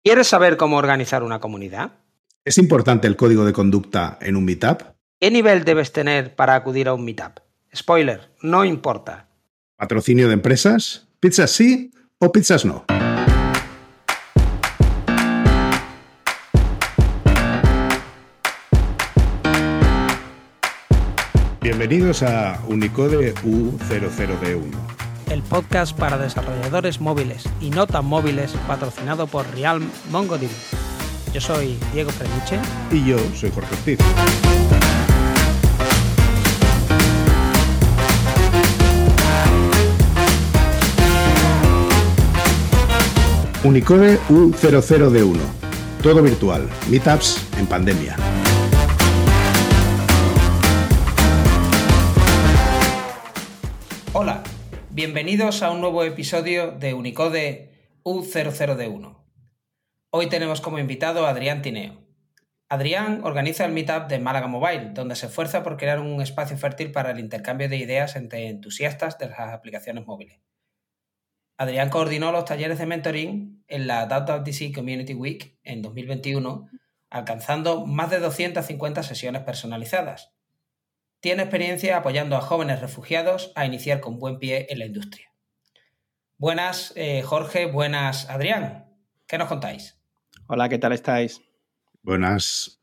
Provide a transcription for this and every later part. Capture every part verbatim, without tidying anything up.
¿Quieres saber cómo organizar una comunidad? ¿Es importante el código de conducta en un meetup? ¿Qué nivel debes tener para acudir a un meetup? Spoiler, no importa. ¿Patrocinio de empresas? ¿Pizzas sí o pizzas no? Bienvenidos a Unicode U cero cero D uno. El podcast para desarrolladores móviles y no tan móviles patrocinado por Realm MongoDB. Yo soy Diego Frenuche. Y yo soy Jorge Ortiz. Unicode U cero cero D uno. Todo virtual. Meetups en pandemia. Hola, bienvenidos a un nuevo episodio de Unicode U cero cero D uno. Hoy tenemos como invitado a Adrián Tineo. Adrián organiza el Meetup de Málaga Mobile, donde se esfuerza por crear un espacio fértil para el intercambio de ideas entre entusiastas de las aplicaciones móviles. Adrián coordinó los talleres de mentoring en la W W D C Community Week en dos mil veintiuno, alcanzando más de doscientas cincuenta sesiones personalizadas. Tiene experiencia apoyando a jóvenes refugiados a iniciar con buen pie en la industria. Buenas, eh, Jorge, buenas, Adrián. ¿Qué nos contáis? Hola, ¿qué tal estáis? Buenas.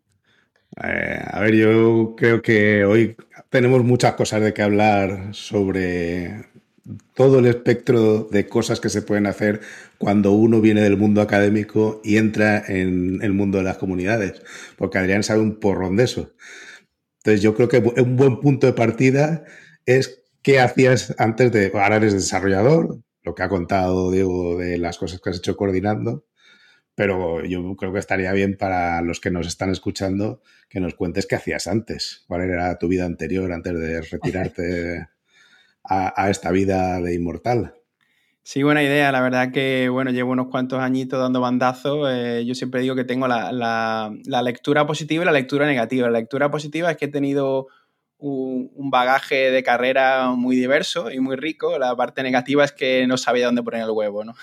Eh, a ver, yo creo que hoy tenemos muchas cosas de qué hablar sobre todo el espectro de cosas que se pueden hacer cuando uno viene del mundo académico y entra en el mundo de las comunidades, porque Adrián sabe un porrón de eso. Entonces yo creo que un buen punto de partida es qué hacías antes de... Ahora eres desarrollador, lo que ha contado Diego de las cosas que has hecho coordinando, pero yo creo que estaría bien para los que nos están escuchando que nos cuentes qué hacías antes, cuál era tu vida anterior antes de retirarte a, a esta vida de inmortal. Sí, buena idea. La verdad que, bueno, llevo unos cuantos añitos dando bandazos. Eh, yo siempre digo que tengo la, la, la lectura positiva y la lectura negativa. La lectura positiva es que he tenido un, un bagaje de carrera muy diverso y muy rico. La parte negativa es que no sabía dónde poner el huevo, ¿no?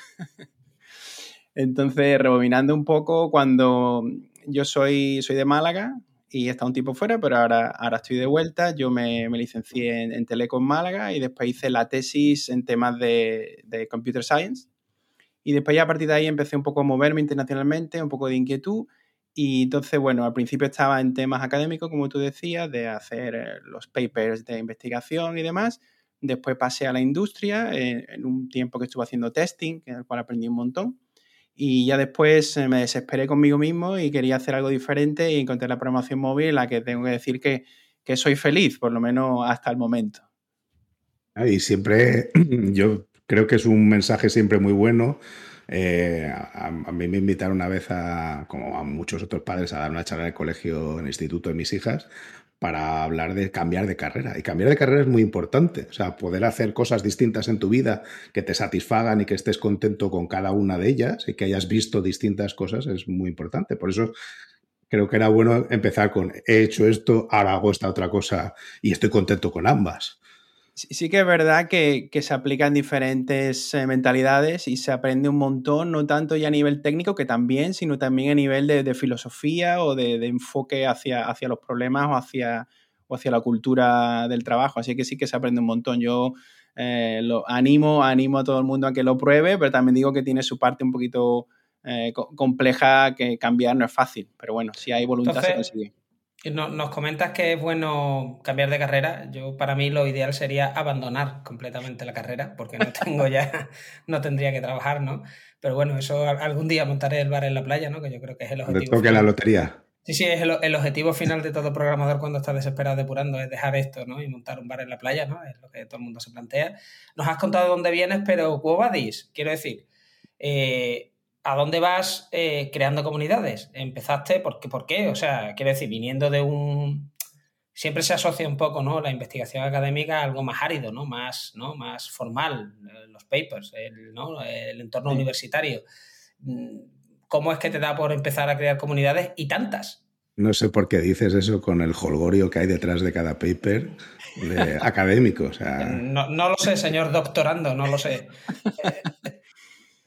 Entonces, rebobinando un poco, cuando yo soy, soy de Málaga y he estado un tiempo fuera, pero ahora, ahora estoy de vuelta. Yo me, me licencié en, en Telecom Málaga y después hice la tesis en temas de, de Computer Science. Y después ya a partir de ahí empecé un poco a moverme internacionalmente, un poco de inquietud. Y entonces, bueno, al principio estaba en temas académicos, como tú decías, de hacer los papers de investigación y demás. Después pasé a la industria en, en un tiempo que estuve haciendo testing, en el cual aprendí un montón. Y ya después me desesperé conmigo mismo y quería hacer algo diferente y encontré la programación móvil en la que tengo que decir que, que soy feliz, por lo menos hasta el momento. Y siempre, yo creo que es un mensaje siempre muy bueno. Eh, a, a mí me invitaron una vez, a, como a muchos otros padres, a dar una charla en el colegio, en el instituto de mis hijas, para hablar de cambiar de carrera. Y cambiar de carrera es muy importante. O sea, poder hacer cosas distintas en tu vida que te satisfagan y que estés contento con cada una de ellas y que hayas visto distintas cosas es muy importante. Por eso creo que era bueno empezar con he hecho esto, ahora hago esta otra cosa y estoy contento con ambas. Sí, sí que es verdad que, que se aplican diferentes eh, mentalidades y se aprende un montón, no tanto ya a nivel técnico, que también, sino también a nivel de, de filosofía o de, de enfoque hacia, hacia los problemas o hacia, o hacia la cultura del trabajo. Así que sí que se aprende un montón. Yo eh, lo animo, animo a todo el mundo a que lo pruebe, pero también digo que tiene su parte un poquito eh, compleja, que cambiar no es fácil. Pero bueno, si hay voluntad Entonces, se consigue. Nos comentas que es bueno cambiar de carrera. Yo, para mí, lo ideal sería abandonar completamente la carrera, porque no tengo ya, no tendría que trabajar, ¿no? Pero bueno, eso algún día montaré el bar en la playa, ¿no? Que yo creo que es el objetivo. Te toque la lotería. Sí, sí, es el, el objetivo final de todo programador cuando está desesperado depurando, es dejar esto, ¿no? Y montar un bar en la playa, ¿no? Es lo que todo el mundo se plantea. Nos has contado dónde vienes, pero ¿qué vas? Quiero decir, eh, ¿a dónde vas eh, creando comunidades? ¿Empezaste? ¿Por qué? ¿Por qué? O sea, quiero decir, viniendo de un... Siempre se asocia un poco, ¿no? La investigación académica a algo más árido, ¿no? Más, ¿no? Más formal, los papers, el, ¿no? El entorno sí. universitario. ¿Cómo es que te da por empezar a crear comunidades y tantas? No sé por qué dices eso con el jolgorio que hay detrás de cada paper de académico. O sea... no, no lo sé, señor doctorando, no lo sé.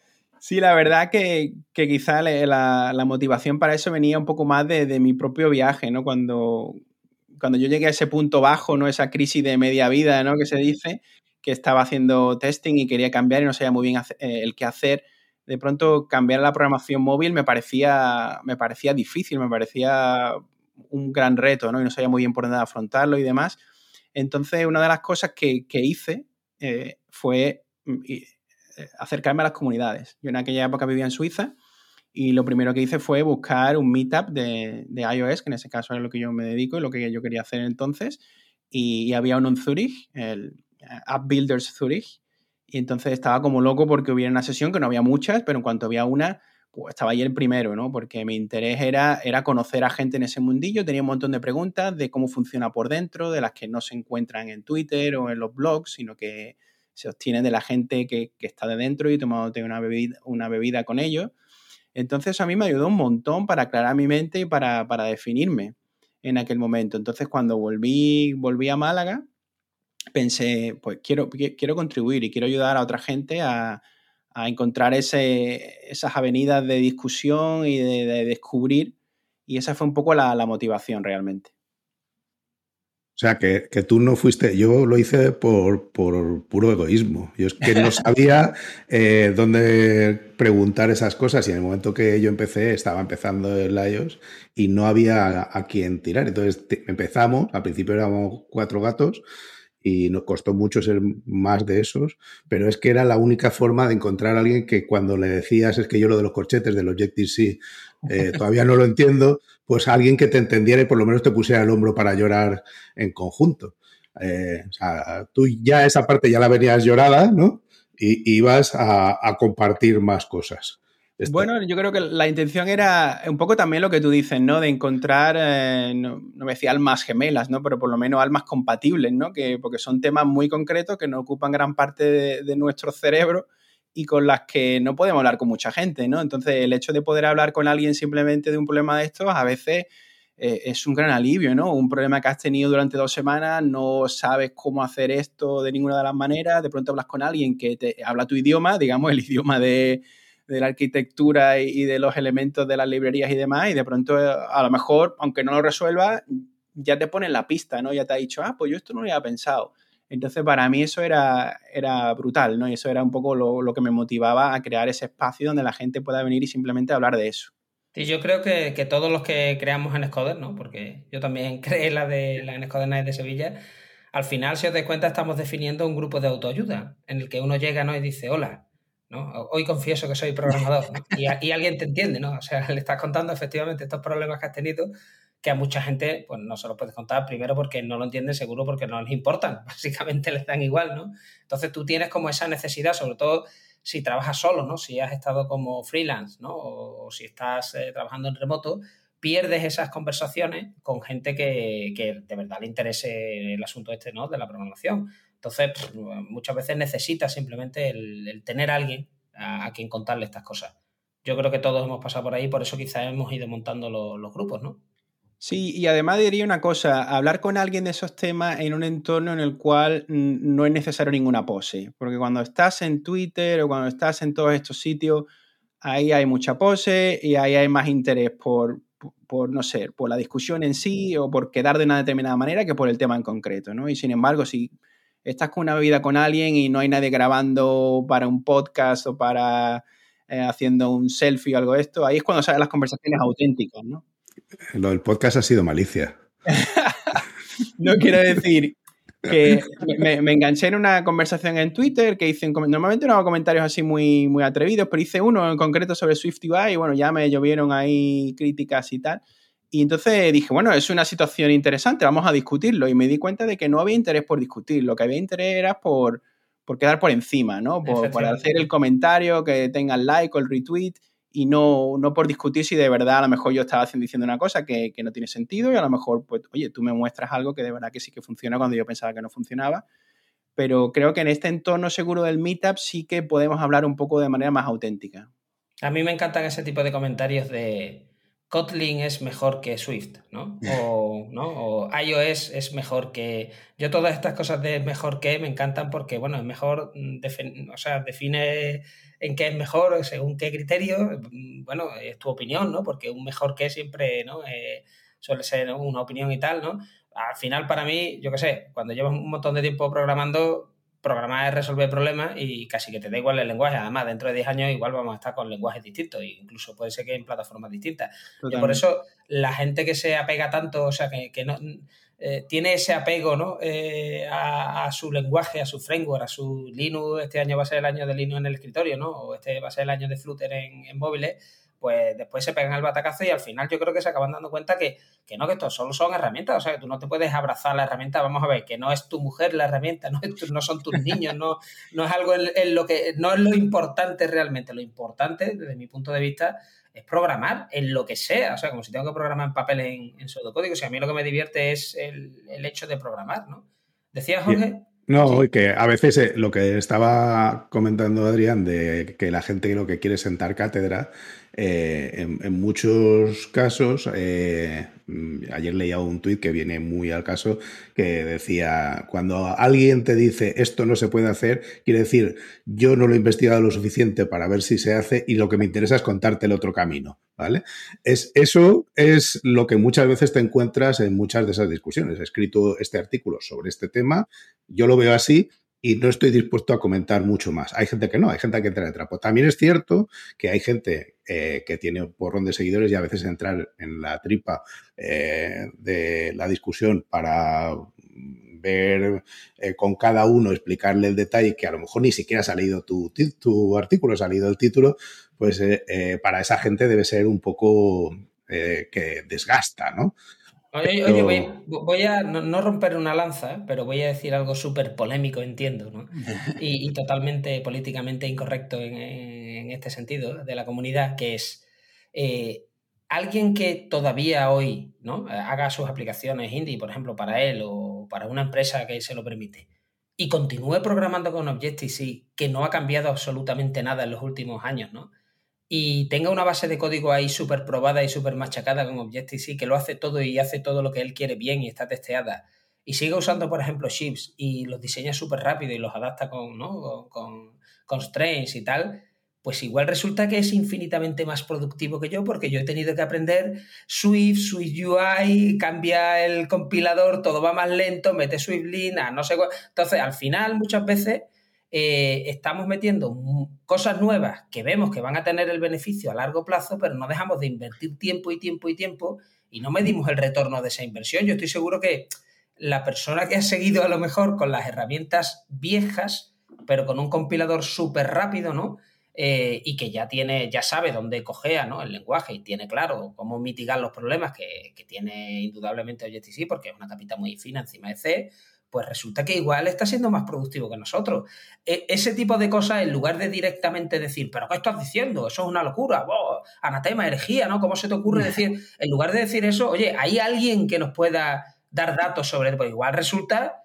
Sí, la verdad que, que quizá la, la motivación para eso venía un poco más de, de mi propio viaje, ¿no? Cuando, cuando yo llegué a ese punto bajo, ¿no? Esa crisis de media vida, ¿no? Que se dice, que estaba haciendo testing y quería cambiar y no sabía muy bien hacer, eh, el qué hacer. De pronto cambiar la programación móvil me parecía, me parecía difícil, me parecía un gran reto, ¿no? Y no sabía muy bien por dónde afrontarlo y demás. Entonces, una de las cosas que, que hice eh, fue acercarme a las comunidades. Yo en aquella época vivía en Suiza y lo primero que hice fue buscar un meetup de, de iOS, que en ese caso era lo que yo me dedico y lo que yo quería hacer entonces. Y, y había uno en Zurich, el App Builders Zurich. Y entonces estaba como loco porque hubiera una sesión, que no había muchas, pero en cuanto había una, pues estaba ahí el primero, ¿no? Porque mi interés era, era conocer a gente en ese mundillo. Tenía un montón de preguntas de cómo funciona por dentro, de las que no se encuentran en Twitter o en los blogs, sino que se obtienen de la gente que, que está de dentro y tomándote una bebida, una bebida con ellos. Entonces a mí me ayudó un montón para aclarar mi mente y para, para definirme en aquel momento. Entonces cuando volví, volví a Málaga, pensé, pues quiero, quiero contribuir y quiero ayudar a otra gente a, a encontrar ese, esas avenidas de discusión y de, de descubrir. Y esa fue un poco la, la motivación realmente. O sea, que, que tú no fuiste, yo lo hice por, por puro egoísmo. Yo es que no sabía eh, dónde preguntar esas cosas y en el momento que yo empecé, estaba empezando el iOS y no había a, a quién tirar. Entonces te, empezamos, al principio éramos cuatro gatos y nos costó mucho ser más de esos, pero es que era la única forma de encontrar a alguien que cuando le decías, es que yo lo de los corchetes, del Objective-C, eh, todavía no lo entiendo, pues alguien que te entendiera y por lo menos te pusiera el hombro para llorar en conjunto. Eh, o sea, tú ya esa parte ya la venías llorada, ¿no? Y, y ibas a, a compartir más cosas. Esta. Bueno, yo creo que la intención era un poco también lo que tú dices, ¿no? De encontrar, eh, no, no me decía almas gemelas, ¿no? Pero por lo menos almas compatibles, ¿no? Que, porque son temas muy concretos que nos ocupan gran parte de, de nuestro cerebro y con las que no podemos hablar con mucha gente, ¿no? Entonces, el hecho de poder hablar con alguien simplemente de un problema de estos, a veces eh, es un gran alivio, ¿no? Un problema que has tenido durante dos semanas, no sabes cómo hacer esto de ninguna de las maneras, de pronto hablas con alguien que te habla tu idioma, digamos, el idioma de... de la arquitectura y de los elementos de las librerías y demás, y de pronto a lo mejor, aunque no lo resuelvas, ya te ponen la pista, ¿no? Ya te ha dicho, ah, pues yo esto no lo había pensado. Entonces, para mí eso era, era brutal, ¿no? Y eso era un poco lo, lo que me motivaba a crear ese espacio donde la gente pueda venir y simplemente hablar de eso. Sí, yo creo que, que todos los que creamos en Scoder, ¿no? Porque yo también creé la de la en Scoder Night de Sevilla, al final, si os dais cuenta, estamos definiendo un grupo de autoayuda en el que uno llega, ¿no? Y dice, hola, ¿no? Hoy confieso que soy programador, ¿no? Y, a, y alguien te entiende, ¿no? O sea, le estás contando efectivamente estos problemas que has tenido que a mucha gente pues no se los puedes contar, primero porque no lo entienden, seguro porque no les importan, básicamente les dan igual, ¿no? Entonces tú tienes como esa necesidad, sobre todo si trabajas solo, ¿no? Si has estado como freelance, ¿no? O, o si estás eh, trabajando en remoto, pierdes esas conversaciones con gente que, que de verdad le interese el asunto este, ¿no? De la programación. Entonces, pues, muchas veces necesitas simplemente el, el tener a alguien a, a quien contarle estas cosas. Yo creo que todos hemos pasado por ahí, por eso quizás hemos ido montando lo, los grupos, ¿no? Sí, y además diría una cosa, hablar con alguien de esos temas en un entorno en el cual no es necesario ninguna pose, porque cuando estás en Twitter o cuando estás en todos estos sitios, ahí hay mucha pose y ahí hay más interés por, por, por, no sé, por la discusión en sí o por quedar de una determinada manera que por el tema en concreto, ¿no? Y sin embargo, si estás con una bebida con alguien y no hay nadie grabando para un podcast o para eh, haciendo un selfie o algo de esto, ahí es cuando salen las conversaciones auténticas, ¿no? Lo del podcast ha sido malicia. No quiero decir que me, me enganché en una conversación en Twitter que hice, normalmente no hago comentarios así muy, muy atrevidos, pero hice uno en concreto sobre SwiftUI y bueno, ya me llovieron ahí críticas y tal. Y entonces dije, bueno, es una situación interesante, vamos a discutirlo. Y me di cuenta de que no había interés por discutir, lo que había interés era por, por quedar por encima, ¿no? Por, por hacer el comentario, que tenga el like o el retweet. Y no, no por discutir si de verdad a lo mejor yo estaba diciendo una cosa que, que no tiene sentido y a lo mejor, pues, oye, tú me muestras algo que de verdad que sí que funciona cuando yo pensaba que no funcionaba. Pero creo que en este entorno seguro del Meetup sí que podemos hablar un poco de manera más auténtica. A mí me encantan ese tipo de comentarios de, Kotlin es mejor que Swift, ¿no? O, ¿no? o iOS es mejor que... Yo todas estas cosas de mejor que me encantan porque, bueno, es mejor, o sea, define en qué es mejor, según qué criterio, bueno, es tu opinión, ¿no? Porque un mejor que siempre, ¿no? Eh, suele ser, ¿no?, una opinión y tal, ¿no? Al final, para mí, yo qué sé, cuando llevas un montón de tiempo programando, programar es resolver problemas y casi que te da igual el lenguaje. Además, dentro de diez años igual vamos a estar con lenguajes distintos e incluso puede ser que en plataformas distintas. Totalmente. Y por eso la gente que se apega tanto, o sea, que, que no eh, tiene ese apego, ¿no?, eh, a, a su lenguaje, a su framework, a su Linux. Este año va a ser el año de Linux en el escritorio, ¿no? O este va a ser el año de Flutter en, en móviles. Pues después se pegan el batacazo y al final yo creo que se acaban dando cuenta que, que no, que esto solo son herramientas. O sea, que tú no te puedes abrazar la herramienta. Vamos a ver, que no es tu mujer la herramienta, no, es tu, no son tus niños, no, no es algo en, en lo que... No es lo importante realmente. Lo importante, desde mi punto de vista, es programar en lo que sea. O sea, como si tengo que programar en papel en, en pseudocódigo. O sea, a mí lo que me divierte es el, el hecho de programar, ¿no? ¿Decías, Jorge? Bien. No, sí. Que a veces eh, lo que estaba comentando Adrián de que la gente lo que quiere es sentar cátedra, eh, en, en muchos casos, eh, ayer leía un tuit que viene muy al caso, que decía, cuando alguien te dice esto no se puede hacer, quiere decir, yo no lo he investigado lo suficiente para ver si se hace y lo que me interesa es contarte el otro camino, ¿vale? Es, eso es lo que muchas veces te encuentras en muchas de esas discusiones. He escrito este artículo sobre este tema, yo lo veo así y no estoy dispuesto a comentar mucho más. Hay gente que no, hay gente que entra en trapo. También es cierto que hay gente eh, que tiene un porrón de seguidores y a veces entrar en la tripa eh, de la discusión para ver eh, con cada uno, explicarle el detalle, que a lo mejor ni siquiera has leído tu, tu artículo, has leído el título, pues eh, eh, para esa gente debe ser un poco eh, que desgasta, ¿no? Oye, pero... oye voy, voy a no, no romper una lanza, pero voy a decir algo súper polémico, entiendo, ¿no? Y, y totalmente políticamente incorrecto en, en este sentido de la comunidad, que es eh, alguien que todavía hoy, ¿no?, haga sus aplicaciones indie, por ejemplo, para él o para una empresa que se lo permite, y continúe programando con Objective-C, que no ha cambiado absolutamente nada en los últimos años, ¿no?, y tenga una base de código ahí súper probada y súper machacada con Objective-C, que lo hace todo y hace todo lo que él quiere bien y está testeada, y sigue usando, por ejemplo, chips y los diseña súper rápido y los adapta con, ¿no?, con, con constraints y tal, pues igual resulta que es infinitamente más productivo que yo, porque yo he tenido que aprender Swift, Swift U I, cambia el compilador, todo va más lento, mete SwiftLint, no sé cuál. Entonces, al final, muchas veces Eh, estamos metiendo cosas nuevas que vemos que van a tener el beneficio a largo plazo, pero no dejamos de invertir tiempo y tiempo y tiempo y no medimos el retorno de esa inversión. Yo estoy seguro que la persona que ha seguido a lo mejor con las herramientas viejas, pero con un compilador súper rápido, ¿no?, Eh, y que ya tiene, ya sabe dónde cojea, ¿no?, el lenguaje y tiene claro cómo mitigar los problemas que, que tiene indudablemente Objective-C, porque es una capita muy fina encima de C, pues resulta que igual está siendo más productivo que nosotros. E- ese tipo de cosas, en lugar de directamente decir, ¿pero qué estás diciendo? Eso es una locura, wow, anatema, herejía, ¿no? ¿Cómo se te ocurre decir? En lugar de decir eso, oye, ¿hay alguien que nos pueda dar datos sobre esto? Pues igual resulta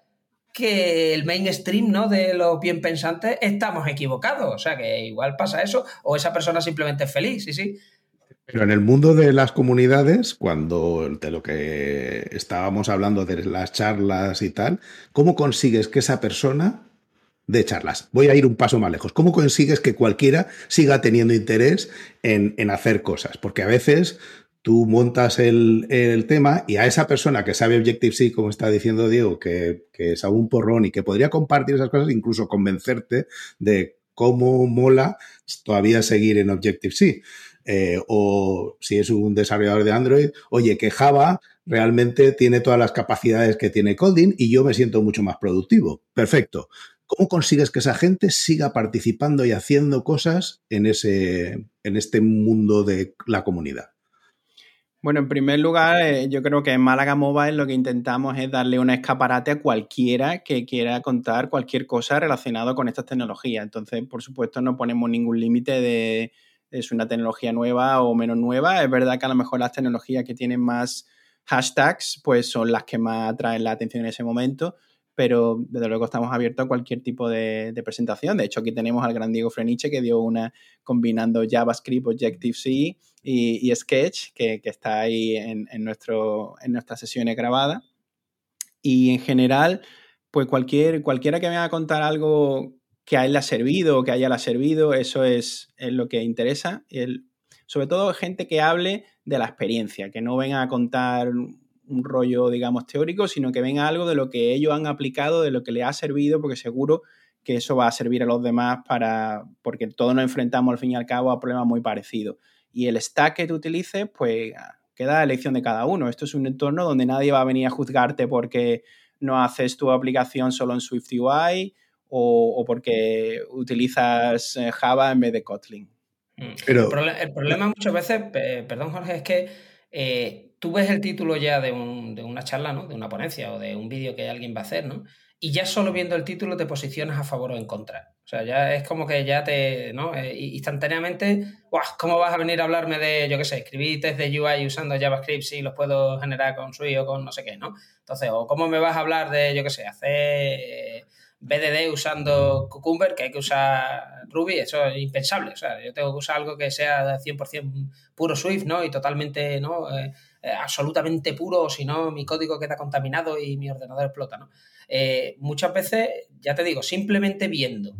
que el mainstream, ¿no?, de los bien pensantes estamos equivocados. O sea, que igual pasa eso, o esa persona simplemente es feliz, sí, sí. Pero en el mundo de las comunidades, cuando de lo que estábamos hablando de las charlas y tal, ¿cómo consigues que esa persona de charlas? Voy a ir un paso más lejos. ¿Cómo consigues que cualquiera siga teniendo interés en, en hacer cosas? Porque a veces tú montas el, el tema y a esa persona que sabe Objective-C, como está diciendo Diego, que, que sabe un porrón y que podría compartir esas cosas, incluso convencerte de cómo mola todavía seguir en Objective-C. Eh, o si es un desarrollador de Android, oye, que Java realmente tiene todas las capacidades que tiene Kotlin y yo me siento mucho más productivo. Perfecto. ¿Cómo consigues que esa gente siga participando y haciendo cosas en, ese, en este mundo de la comunidad? Bueno, en primer lugar, eh, yo creo que en Málaga Mobile lo que intentamos es darle un escaparate a cualquiera que quiera contar cualquier cosa relacionada con estas tecnologías. Entonces, por supuesto, no ponemos ningún límite de es una tecnología nueva o menos nueva. Es verdad que a lo mejor las tecnologías que tienen más hashtags pues son las que más atraen la atención en ese momento, pero desde luego estamos abiertos a cualquier tipo de, de presentación. De hecho, aquí tenemos al gran Diego Freniche, que dio una combinando JavaScript, Objective-C y, y Sketch, que, que está ahí en, en, nuestro, en nuestras sesiones grabadas. Y en general, pues cualquier, cualquiera que venga a contar algo que a él le ha servido o que a ella le ha servido, eso es, es lo que interesa. El, sobre todo gente que hable de la experiencia, que no venga a contar un rollo, digamos, teórico, sino que venga algo de lo que ellos han aplicado, de lo que les ha servido, porque seguro que eso va a servir a los demás para, porque todos nos enfrentamos al fin y al cabo a problemas muy parecidos. Y el stack que tú utilices, pues queda a elección de cada uno. Esto es un entorno donde nadie va a venir a juzgarte porque no haces tu aplicación solo en SwiftUI o, o porque utilizas Java en vez de Kotlin. Pero, el, proble- el problema muchas veces, eh, perdón Jorge, es que eh, tú ves el título ya de, un, de una charla, ¿no? De una ponencia o de un vídeo que alguien va a hacer, ¿no? Y ya solo viendo el título te posicionas a favor o en contra. O sea, ya es como que ya te, ¿no? Eh, instantáneamente, ¡guau! ¿Cómo vas a venir a hablarme de, yo qué sé, escribir test de U I usando JavaScript si los puedo generar con Swift o con no sé qué, ¿no? Entonces, o cómo me vas a hablar de, yo qué sé, hacer B D D usando Cucumber, que hay que usar Ruby, eso es impensable. O sea, yo tengo que usar algo que sea cien por ciento puro Swift, ¿no? Y totalmente, ¿no? Eh, eh, absolutamente puro, si no mi código queda contaminado y mi ordenador explota, ¿no? Eh, muchas veces, ya te digo, simplemente viendo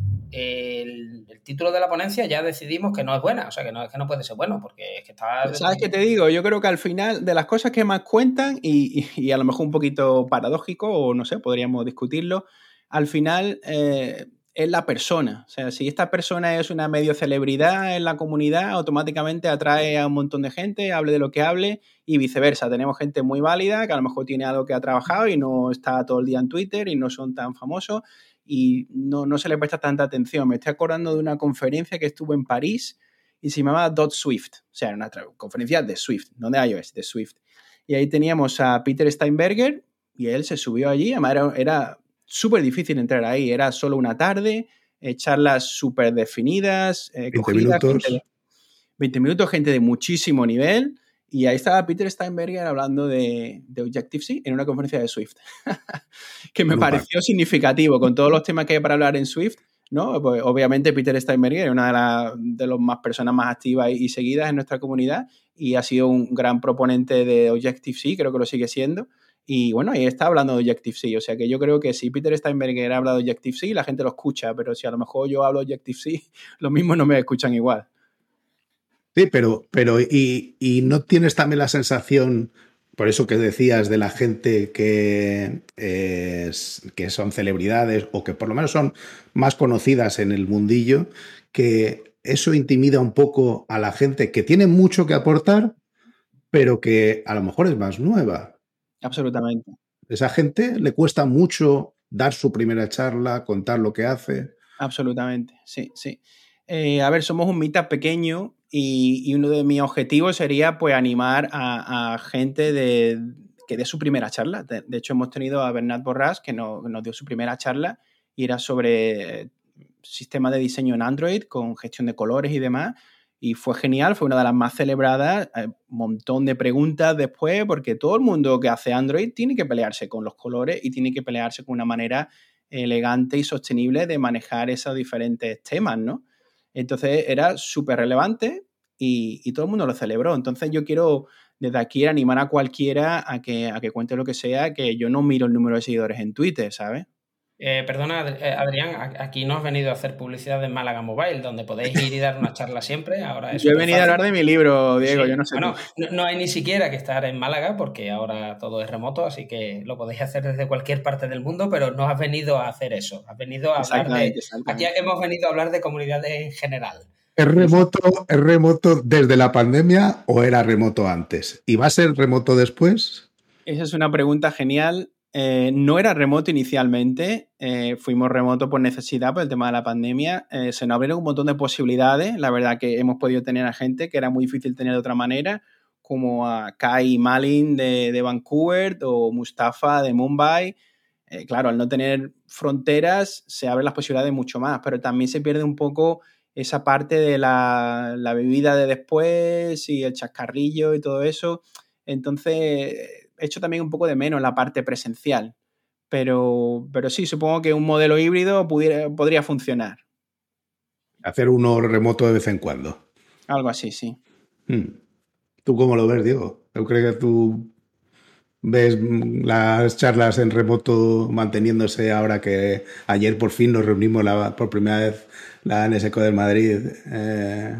el, el título de la ponencia ya decidimos que no es buena, o sea, que no, es que no puede ser bueno, porque es que está... ¿Sabes qué te digo? Yo creo que al final, de las cosas que más cuentan, y, y, y a lo mejor un poquito paradójico, o no sé, podríamos discutirlo, al final eh, es la persona. O sea, si esta persona es una medio celebridad en la comunidad, automáticamente atrae a un montón de gente, hable de lo que hable, y viceversa. Tenemos gente muy válida que a lo mejor tiene algo que ha trabajado y no está todo el día en Twitter y no son tan famosos y no, no se le presta tanta atención. Me estoy acordando de una conferencia que estuvo en París y se llamaba Dot Swift. O sea, era una conferencia de Swift, no de iOS, de Swift. Y ahí teníamos a Peter Steinberger y él se subió allí. Además, era... era súper difícil entrar ahí, era solo una tarde, eh, charlas súper definidas, eh, veinte minutos. De, veinte minutos, gente de muchísimo nivel, y ahí estaba Peter Steinberger hablando de, de Objective-C en una conferencia de Swift, que me Lupa. pareció significativo con todos los temas que hay para hablar en Swift, ¿no? Pues obviamente Peter Steinberger es una de las de las más personas más activas y, y seguidas en nuestra comunidad y ha sido un gran proponente de Objective-C, creo que lo sigue siendo. Y bueno, ahí está hablando de Objective-C, o sea que yo creo que si Peter Steinberger habla de Objective-C, la gente lo escucha, pero si a lo mejor yo hablo de Objective-C, lo mismo no me escuchan igual. Sí, pero, pero y, y no tienes también la sensación, por eso que decías, de la gente que, es, que son celebridades o que por lo menos son más conocidas en el mundillo, que eso intimida un poco a la gente que tiene mucho que aportar, pero que a lo mejor es más nueva. Absolutamente. Esa gente le cuesta mucho dar su primera charla, contar lo que hace. Absolutamente, sí, sí. Eh, a ver, somos un meetup pequeño y, y uno de mis objetivos sería pues animar a, a gente de, que dé su primera charla. De, de hecho, hemos tenido a Bernat Borràs que nos, nos dio su primera charla y era sobre sistema de diseño en Android con gestión de colores y demás. Y fue genial, fue una de las más celebradas, un montón de preguntas después, porque todo el mundo que hace Android tiene que pelearse con los colores y tiene que pelearse con una manera elegante y sostenible de manejar esos diferentes temas, ¿no? Entonces era súper relevante y, y todo el mundo lo celebró. Entonces yo quiero desde aquí animar a cualquiera a que, a que cuente lo que sea, que yo no miro el número de seguidores en Twitter, ¿sabes? Eh, perdona, Adrián, aquí no has venido a hacer publicidad de Málaga Mobile, donde podéis ir y dar una charla siempre. Ahora es Yo he venido fácil. a hablar de mi libro, Diego, sí. yo no sé Bueno, tú. No, no hay ni siquiera que estar en Málaga porque ahora todo es remoto, así que lo podéis hacer desde cualquier parte del mundo, pero no has venido a hacer eso. Has venido a hablar de... Aquí hemos venido a hablar de comunidades en general. ¿Es remoto, ¿Es remoto desde la pandemia o era remoto antes? ¿Y va a ser remoto después? Esa es una pregunta genial. Eh, no era remoto inicialmente, eh, fuimos remoto por necesidad, por el tema de la pandemia. Eh, se nos abrieron un montón de posibilidades. La verdad que hemos podido tener a gente que era muy difícil tener de otra manera, como a Kai Malin de, de Vancouver o Mustafa de Mumbai. Eh, claro, al no tener fronteras se abren las posibilidades mucho más, pero también se pierde un poco esa parte de la, la bebida de después y el chascarrillo y todo eso. Entonces... echo también un poco de menos la parte presencial, pero, pero sí, supongo que un modelo híbrido pudiera, podría funcionar. Hacer uno remoto de vez en cuando. Algo así, sí. Hmm. ¿Tú cómo lo ves, Diego? ¿Tú crees que tú ves las charlas en remoto manteniéndose ahora que ayer por fin nos reunimos la, por primera vez la ANSECO del Madrid? Eh,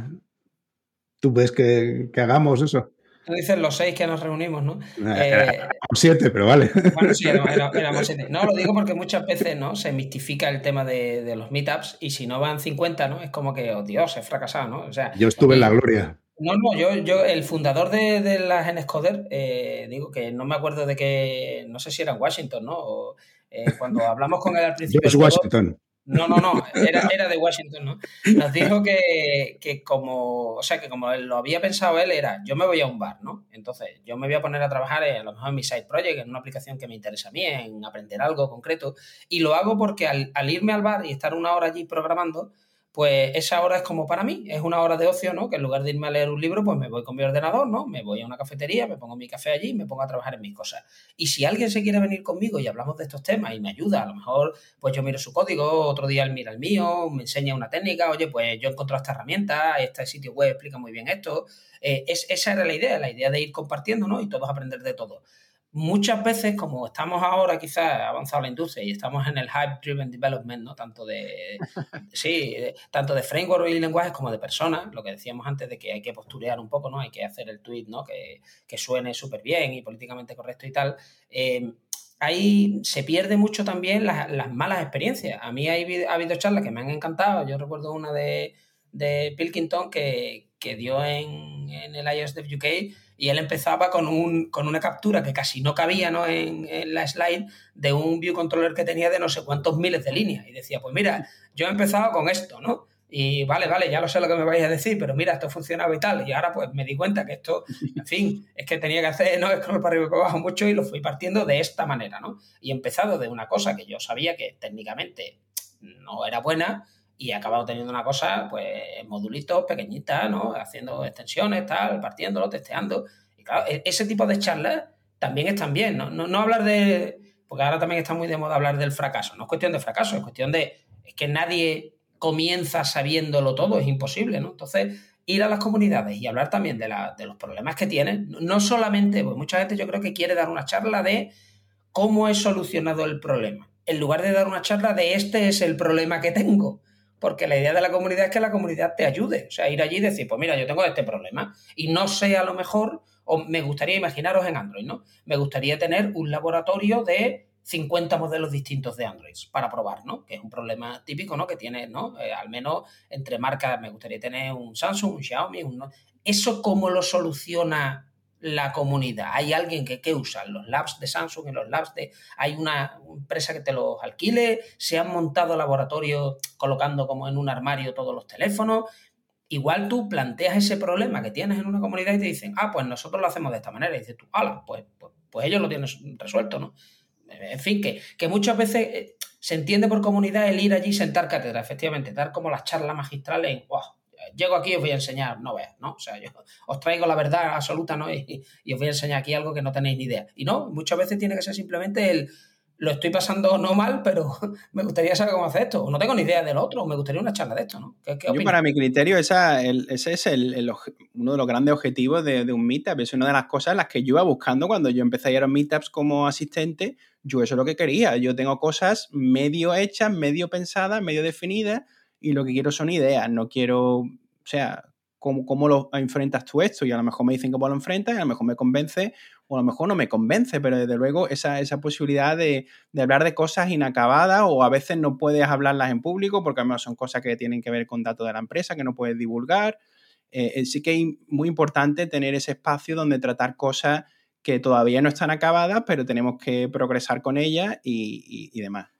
¿Tú ves que, que hagamos eso? Tú dices los seis que nos reunimos, ¿no? Era, Eh, éramos siete, pero vale. Bueno, sí, éramos, éramos siete. No, lo digo porque muchas veces, ¿no? Se mistifica el tema de, de los meetups y si no van cincuenta, ¿no? Es como que, oh Dios, he fracasado, ¿no? O sea, Yo estuve eh, en la gloria. no, no, yo, yo el fundador de, de las Nscoder, eh, digo que no me acuerdo de que, no sé si era en Washington, ¿no? O, eh, cuando hablamos con él al principio George de todo, Washington. no, no, no, era, era de Washington, ¿no? Nos dijo que, que como, o sea, que como él lo había pensado él, era, yo me voy a un bar, ¿no? Entonces, yo me voy a poner a trabajar en, a lo mejor en mi side project, en una aplicación que me interesa a mí, en aprender algo concreto, y lo hago porque al, al irme al bar y estar una hora allí programando, pues esa hora es como para mí, es una hora de ocio, ¿no? Que en lugar de irme a leer un libro, pues me voy con mi ordenador, ¿no? Me voy a una cafetería, me pongo mi café allí y me pongo a trabajar en mis cosas. Y si alguien se quiere venir conmigo y hablamos de estos temas y me ayuda, a lo mejor pues yo miro su código, otro día él mira el mío, me enseña una técnica, oye, pues yo he encontrado esta herramienta, este sitio web explica muy bien esto. Eh, es, esa era la idea, la idea de ir compartiendo, ¿no? Y todos aprender de todo. Muchas veces, como estamos ahora quizás avanzado la industria y estamos en el hype-driven development, ¿no? Tanto de, sí, tanto de framework y lenguajes como de personas, lo que decíamos antes de que hay que posturear un poco, ¿no? Hay que hacer el tweet, ¿no? Que, que suene súper bien y políticamente correcto y tal. Eh, ahí se pierde mucho también las, las malas experiencias. A mí hay, ha habido charlas que me han encantado. Yo recuerdo una de, de Pilkington que, que dio en, en el I S Dev U K y él empezaba con, un, con una captura que casi no cabía, ¿no? En, en la slide de un view controller que tenía de no sé cuántos miles de líneas. Y decía, pues mira, yo he empezado con esto, ¿no? Y vale, vale, ya lo sé lo que me vais a decir, pero mira, esto funcionaba y tal. Y ahora pues me di cuenta que esto, en fin, es que tenía que hacer, no, scroll para arriba y para abajo mucho y lo fui partiendo de esta manera, ¿no? Y he empezado de una cosa que yo sabía que técnicamente no era buena y he acabado teniendo una cosa, pues, modulitos pequeñitas, ¿no? Haciendo extensiones, tal, partiéndolo, testeando. Y claro, ese tipo de charlas también están bien, ¿no? No, no hablar de... Porque ahora también está muy de moda hablar del fracaso. No es cuestión de fracaso, es cuestión de... Es que nadie comienza sabiéndolo todo, es imposible, ¿no? Entonces, ir a las comunidades y hablar también de, la, de los problemas que tienen, no solamente, pues mucha gente yo creo que quiere dar una charla de cómo he solucionado el problema, en lugar de dar una charla de este es el problema que tengo, porque la idea de la comunidad es que la comunidad te ayude, o sea, ir allí y decir, pues mira, yo tengo este problema y no sé a lo mejor, o me gustaría imaginaros en Android, ¿no? Me gustaría tener un laboratorio de cincuenta modelos distintos de Android para probar, ¿no? Que es un problema típico, ¿no? Que tiene, ¿no? Eh, al menos entre marcas me gustaría tener un Samsung, un Xiaomi, un... ¿Eso cómo lo soluciona la comunidad? ¿Hay alguien que, que usa los labs de Samsung y los labs de... ¿Hay una empresa que te los alquile? ¿Se han montado laboratorios colocando como en un armario todos los teléfonos? Igual tú planteas ese problema que tienes en una comunidad y te dicen, ah, pues nosotros lo hacemos de esta manera. Y dices tú, ala, pues, pues, pues ellos lo tienen resuelto, ¿no? En fin, que, que muchas veces se entiende por comunidad el ir allí y sentar cátedra, efectivamente, dar como las charlas magistrales en, wow, llego aquí y os voy a enseñar, no veas, ¿no? O sea, yo os traigo la verdad absoluta, ¿no? Y, y os voy a enseñar aquí algo que no tenéis ni idea. Y no, muchas veces tiene que ser simplemente el, lo estoy pasando no mal, pero me gustaría saber cómo hacer esto, o no tengo ni idea del otro, o me gustaría una charla de esto, ¿no? ¿Qué, qué Yo, para mi criterio, esa, el, ese es el, el, uno de los grandes objetivos de, de un meetup. Es una de las cosas las que yo iba buscando cuando yo empecé a ir a los meetups como asistente. Yo eso es lo que quería. Yo tengo cosas medio hechas, medio pensadas, medio definidas, y lo que quiero son ideas. No quiero, o sea, ¿cómo, cómo lo enfrentas tú esto? Y a lo mejor me dicen cómo lo enfrentas, y a lo mejor me convence, o a lo mejor no me convence, pero desde luego esa, esa posibilidad de, de hablar de cosas inacabadas, o a veces no puedes hablarlas en público porque a lo mejor son cosas que tienen que ver con datos de la empresa que no puedes divulgar. Eh, sí que es muy importante tener ese espacio donde tratar cosas que todavía no están acabadas, pero tenemos que progresar con ellas y, y, y demás.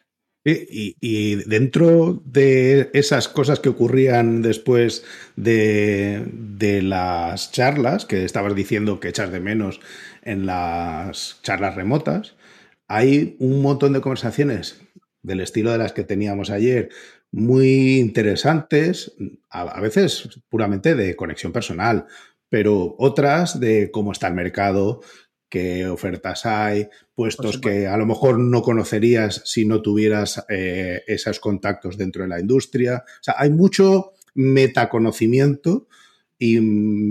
Y, y dentro de esas cosas que ocurrían después de, de las charlas, que estabas diciendo que echas de menos en las charlas remotas, hay un montón de conversaciones del estilo de las que teníamos ayer, muy interesantes, a, a veces puramente de conexión personal, pero otras de cómo está el mercado, qué ofertas hay, puestos que a lo mejor no conocerías si no tuvieras eh, esos contactos dentro de la industria. O sea, hay mucho metaconocimiento y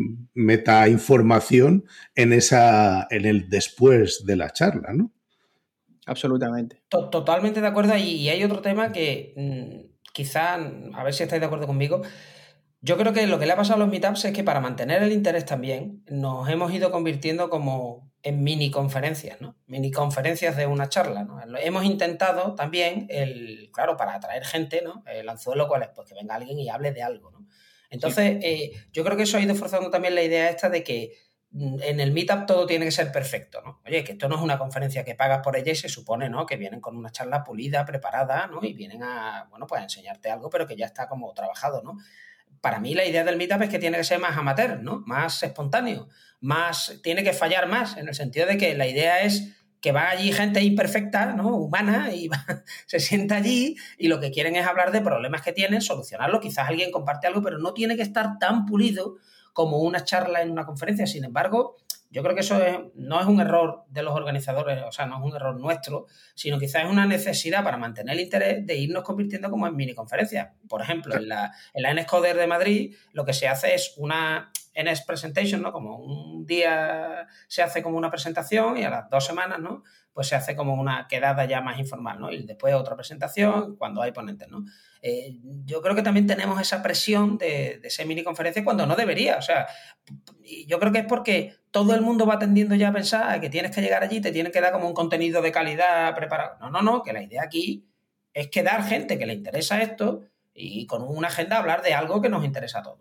metainformación en esa, en el después de la charla, ¿no? Absolutamente. Totalmente de acuerdo. Y hay otro tema que mmm, quizá, a ver si estáis de acuerdo conmigo. Yo creo que lo que le ha pasado a los meetups es que para mantener el interés también nos hemos ido convirtiendo como en mini conferencias, ¿no? Mini conferencias de una charla, ¿no? Hemos intentado también, el, claro, para atraer gente, ¿no? El anzuelo, ¿cuál es? Pues que venga alguien y hable de algo, ¿no? Entonces, sí. eh, yo creo que eso ha ido forzando también la idea esta de que en el meetup todo tiene que ser perfecto, ¿no? Oye, que esto no es una conferencia que pagas por ella y se supone, ¿no? Que vienen con una charla pulida, preparada, ¿no? Y vienen a, bueno, pues a enseñarte algo, pero que ya está como trabajado, ¿no? Para mí la idea del meetup es que tiene que ser más amateur, ¿no? Más espontáneo, más, tiene que fallar más, en el sentido de que la idea es que va allí gente imperfecta, ¿no? Humana, y va, se sienta allí y lo que quieren es hablar de problemas que tienen, solucionarlo, quizás alguien comparte algo, pero no tiene que estar tan pulido como una charla en una conferencia. Sin embargo, yo creo que eso es, no es un error de los organizadores, o sea, no es un error nuestro, sino quizás es una necesidad para mantener el interés de irnos convirtiendo como en mini conferencias. Por ejemplo, en la, en la NSCoder de Madrid lo que se hace es una N S Presentation, ¿no? Como un día se hace como una presentación y a las dos semanas, ¿no? Pues se hace como una quedada ya más informal, ¿no? Y después otra presentación cuando hay ponentes, ¿no? Eh, yo creo que también tenemos esa presión de, de ser mini conferencia cuando no debería, o sea, yo creo que es porque todo el mundo va tendiendo ya a pensar que tienes que llegar allí, te tienen que dar como un contenido de calidad preparado. No, no, no, que la idea aquí es quedar gente que le interesa esto y con una agenda hablar de algo que nos interesa a todos.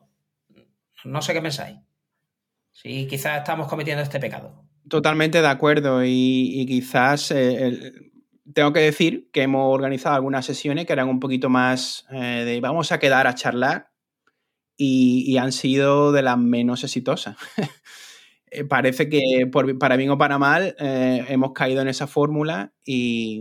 No sé qué pensáis. Sí, quizás estamos cometiendo este pecado. Totalmente de acuerdo y, y quizás eh, el, tengo que decir que hemos organizado algunas sesiones que eran un poquito más eh, de vamos a quedar a charlar y, y han sido de las menos exitosas. Parece que por, para bien o para mal eh, hemos caído en esa fórmula y,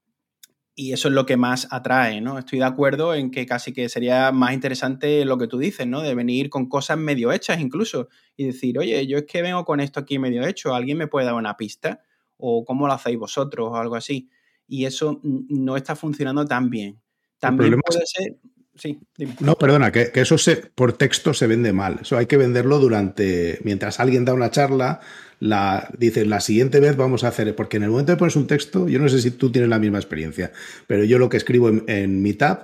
y eso es lo que más atrae, ¿no? Estoy de acuerdo en que casi que sería más interesante lo que tú dices, ¿no? De venir con cosas medio hechas incluso y decir, oye, yo es que vengo con esto aquí medio hecho, ¿alguien me puede dar una pista? ¿O cómo lo hacéis vosotros? O algo así. Y eso no está funcionando tan bien. También puede es... ser... Sí, dime. No, perdona, que, que eso se, por texto se vende mal. Eso hay que venderlo durante... Mientras alguien da una charla, la, dices, la siguiente vez vamos a hacer... Porque en el momento de pones un texto, yo no sé si tú tienes la misma experiencia, pero yo lo que escribo en, en Meetup,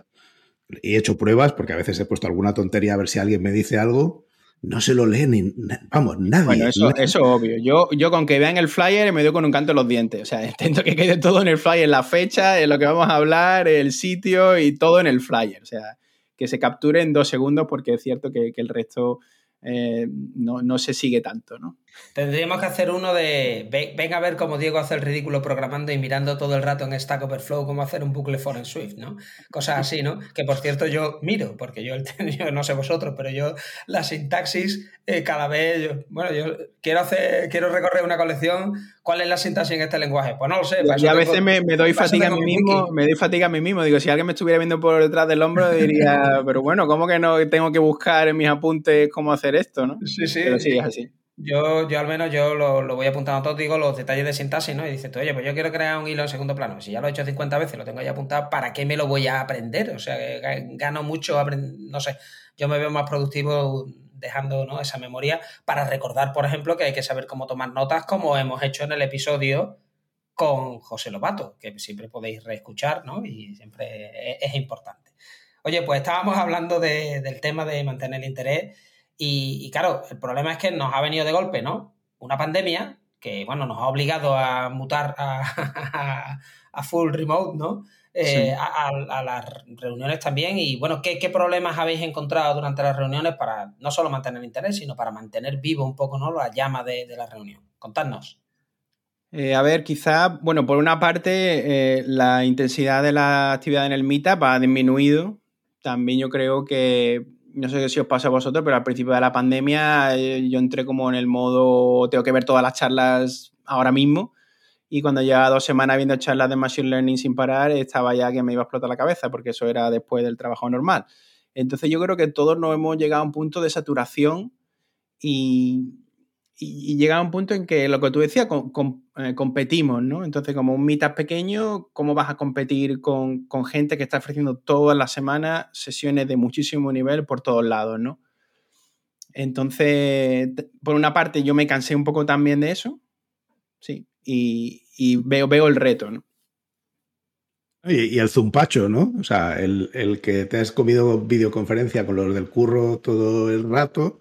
y he hecho pruebas, porque a veces he puesto alguna tontería a ver si alguien me dice algo, no se lo lee ni... Vamos, nadie. Bueno, eso, nadie. eso es obvio. Yo, yo con que vean el flyer me doy con un canto en los dientes. O sea, intento que quede todo en el flyer, la fecha, en lo que vamos a hablar, el sitio y todo en el flyer. O sea, que se capture en dos segundos porque es cierto que, que el resto eh, no, no se sigue tanto, ¿no? Tendríamos que hacer uno de ven a ver cómo Diego hace el ridículo programando y mirando todo el rato en Stack Overflow cómo hacer un bucle for en Swift, ¿no? Cosas así, ¿no? Que por cierto yo miro, porque yo, yo no sé vosotros, pero yo la sintaxis eh, cada vez, yo, bueno, yo quiero hacer, quiero recorrer una colección, ¿cuál es la sintaxis en este lenguaje? Pues no lo sé. Y, y a veces tengo, me, me doy fatiga a mí mismo, wiki. me doy fatiga a mí mismo, digo, si alguien me estuviera viendo por detrás del hombro diría, pero bueno, ¿cómo que no tengo que buscar en mis apuntes cómo hacer esto, no? Sí, sí. Pero sí, es así. Yo, yo al menos yo lo, lo voy apuntando todo, digo los detalles de sintaxis, ¿no? Y dices tú, oye, pues yo quiero crear un hilo en segundo plano. Si ya lo he hecho cincuenta veces, lo tengo ya apuntado, ¿para qué me lo voy a aprender? O sea, gano mucho, no sé, yo me veo más productivo dejando, ¿no?, esa memoria para recordar, por ejemplo, que hay que saber cómo tomar notas, como hemos hecho en el episodio con José Lobato, que siempre podéis reescuchar, ¿no? Y siempre es, es importante. Oye, pues estábamos hablando de, del tema de mantener el interés. Y, y claro, el problema es que nos ha venido de golpe, ¿no? Una pandemia que, bueno, nos ha obligado a mutar a, a, a full remote, ¿no? Eh, sí. a, a, a las reuniones también. Y, bueno, ¿qué, ¿qué problemas habéis encontrado durante las reuniones para no solo mantener el interés, sino para mantener vivo un poco, ¿no?, la llama de, de la reunión? Contadnos. Eh, a ver, quizá, bueno, por una parte, eh, la intensidad de la actividad en el Meetup ha disminuido. También yo creo que... No sé si os pasa a vosotros, pero al principio de la pandemia eh, yo entré como en el modo tengo que ver todas las charlas ahora mismo y cuando llevaba dos semanas viendo charlas de Machine Learning sin parar estaba ya que me iba a explotar la cabeza porque eso era después del trabajo normal. Entonces yo creo que todos nos hemos llegado a un punto de saturación y, y, y llega a un punto en que lo que tú decías, com, com, eh, competimos, ¿no? Entonces, como un meetup pequeño, ¿cómo vas a competir con, con gente que está ofreciendo todas las semanas sesiones de muchísimo nivel por todos lados, ¿no? Entonces, por una parte, yo me cansé un poco también de eso, sí, y, y veo, veo el reto, ¿no? Y, y el zumpacho, ¿no? O sea, el, el que te has comido videoconferencia con los del curro todo el rato